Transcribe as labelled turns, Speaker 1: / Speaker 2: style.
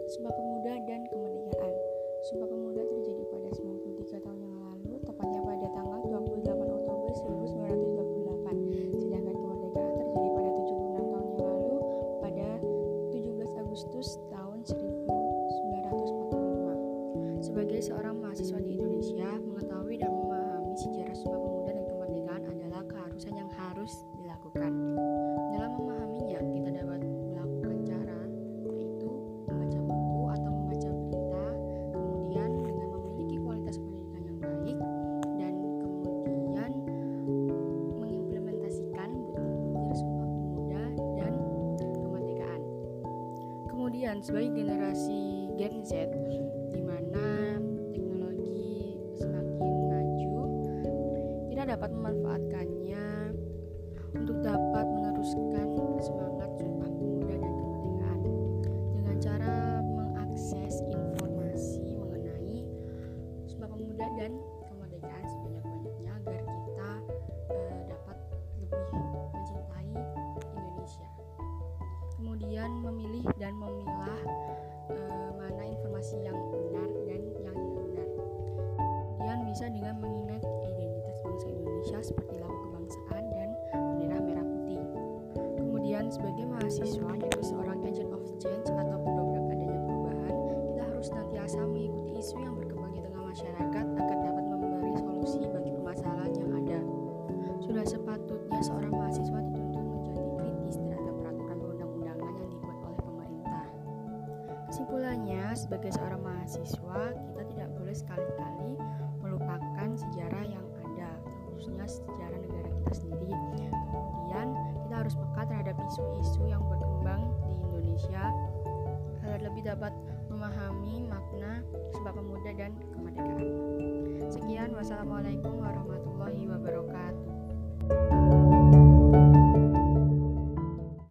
Speaker 1: Sumpah Pemuda dan Kemerdekaan. Sumpah Pemuda terjadi pada 93 tahun yang lalu, tepatnya pada tanggal 28 Oktober 1928. Sedangkan kemerdekaan terjadi pada 76 tahun yang lalu, pada 17 Agustus tahun 1945. Sebagai seorang mahasiswa di Indonesia, mengetahui dan memahami sejarah Sumpah Pemuda dan Kemerdekaan adalah keharusan yang harus dilakukan. Dalam memahaminya, kita dapat melakukan cara, yaitu membaca buku atau membaca berita, kemudian dengan memiliki kualitas pendidikan yang baik, dan kemudian mengimplementasikan butir-butir Sumpah Pemuda dan Kemerdekaan. Kemudian sebagai generasi Gen Z, di mana teknologi semakin maju, kita dapat memanfaatkannya untuk dapat meneruskan semangat Sumpah Pemuda dan Kemerdekaan dengan cara mengakses informasi mengenai Sumpah Pemuda dan Kemerdekaan sebanyak-banyaknya agar kita dapat lebih mencintai Indonesia. Kemudian memilih dan memilah mana informasi yang benar dan yang tidak benar. Kemudian bisa dengan mengingat identitas bangsa Indonesia seperti lampu kebangsaan dan bendera merah putih. Kemudian sebagai mahasiswa yaitu seorang agent of change atau pendobrak adanya perubahan, kita harus senantiasa mengikuti isu yang berkembang di tengah masyarakat agar dapat memberi solusi bagi permasalahan yang ada. Sudah sepatutnya seorang mahasiswa dituntut menjadi kritis terhadap peraturan perundang-undangan yang dibuat oleh pemerintah. Kesimpulannya, sebagai seorang mahasiswa, kita tidak boleh sekali-kali melupakan sejarah yang ada, khususnya sejarah negara kita sendiri. Kemudian kita harus peka terhadap isu-isu yang berkembang di Indonesia agar lebih dapat memahami makna Sumpah Pemuda dan Kemerdekaan. Sekian, wassalamualaikum warahmatullahi wabarakatuh.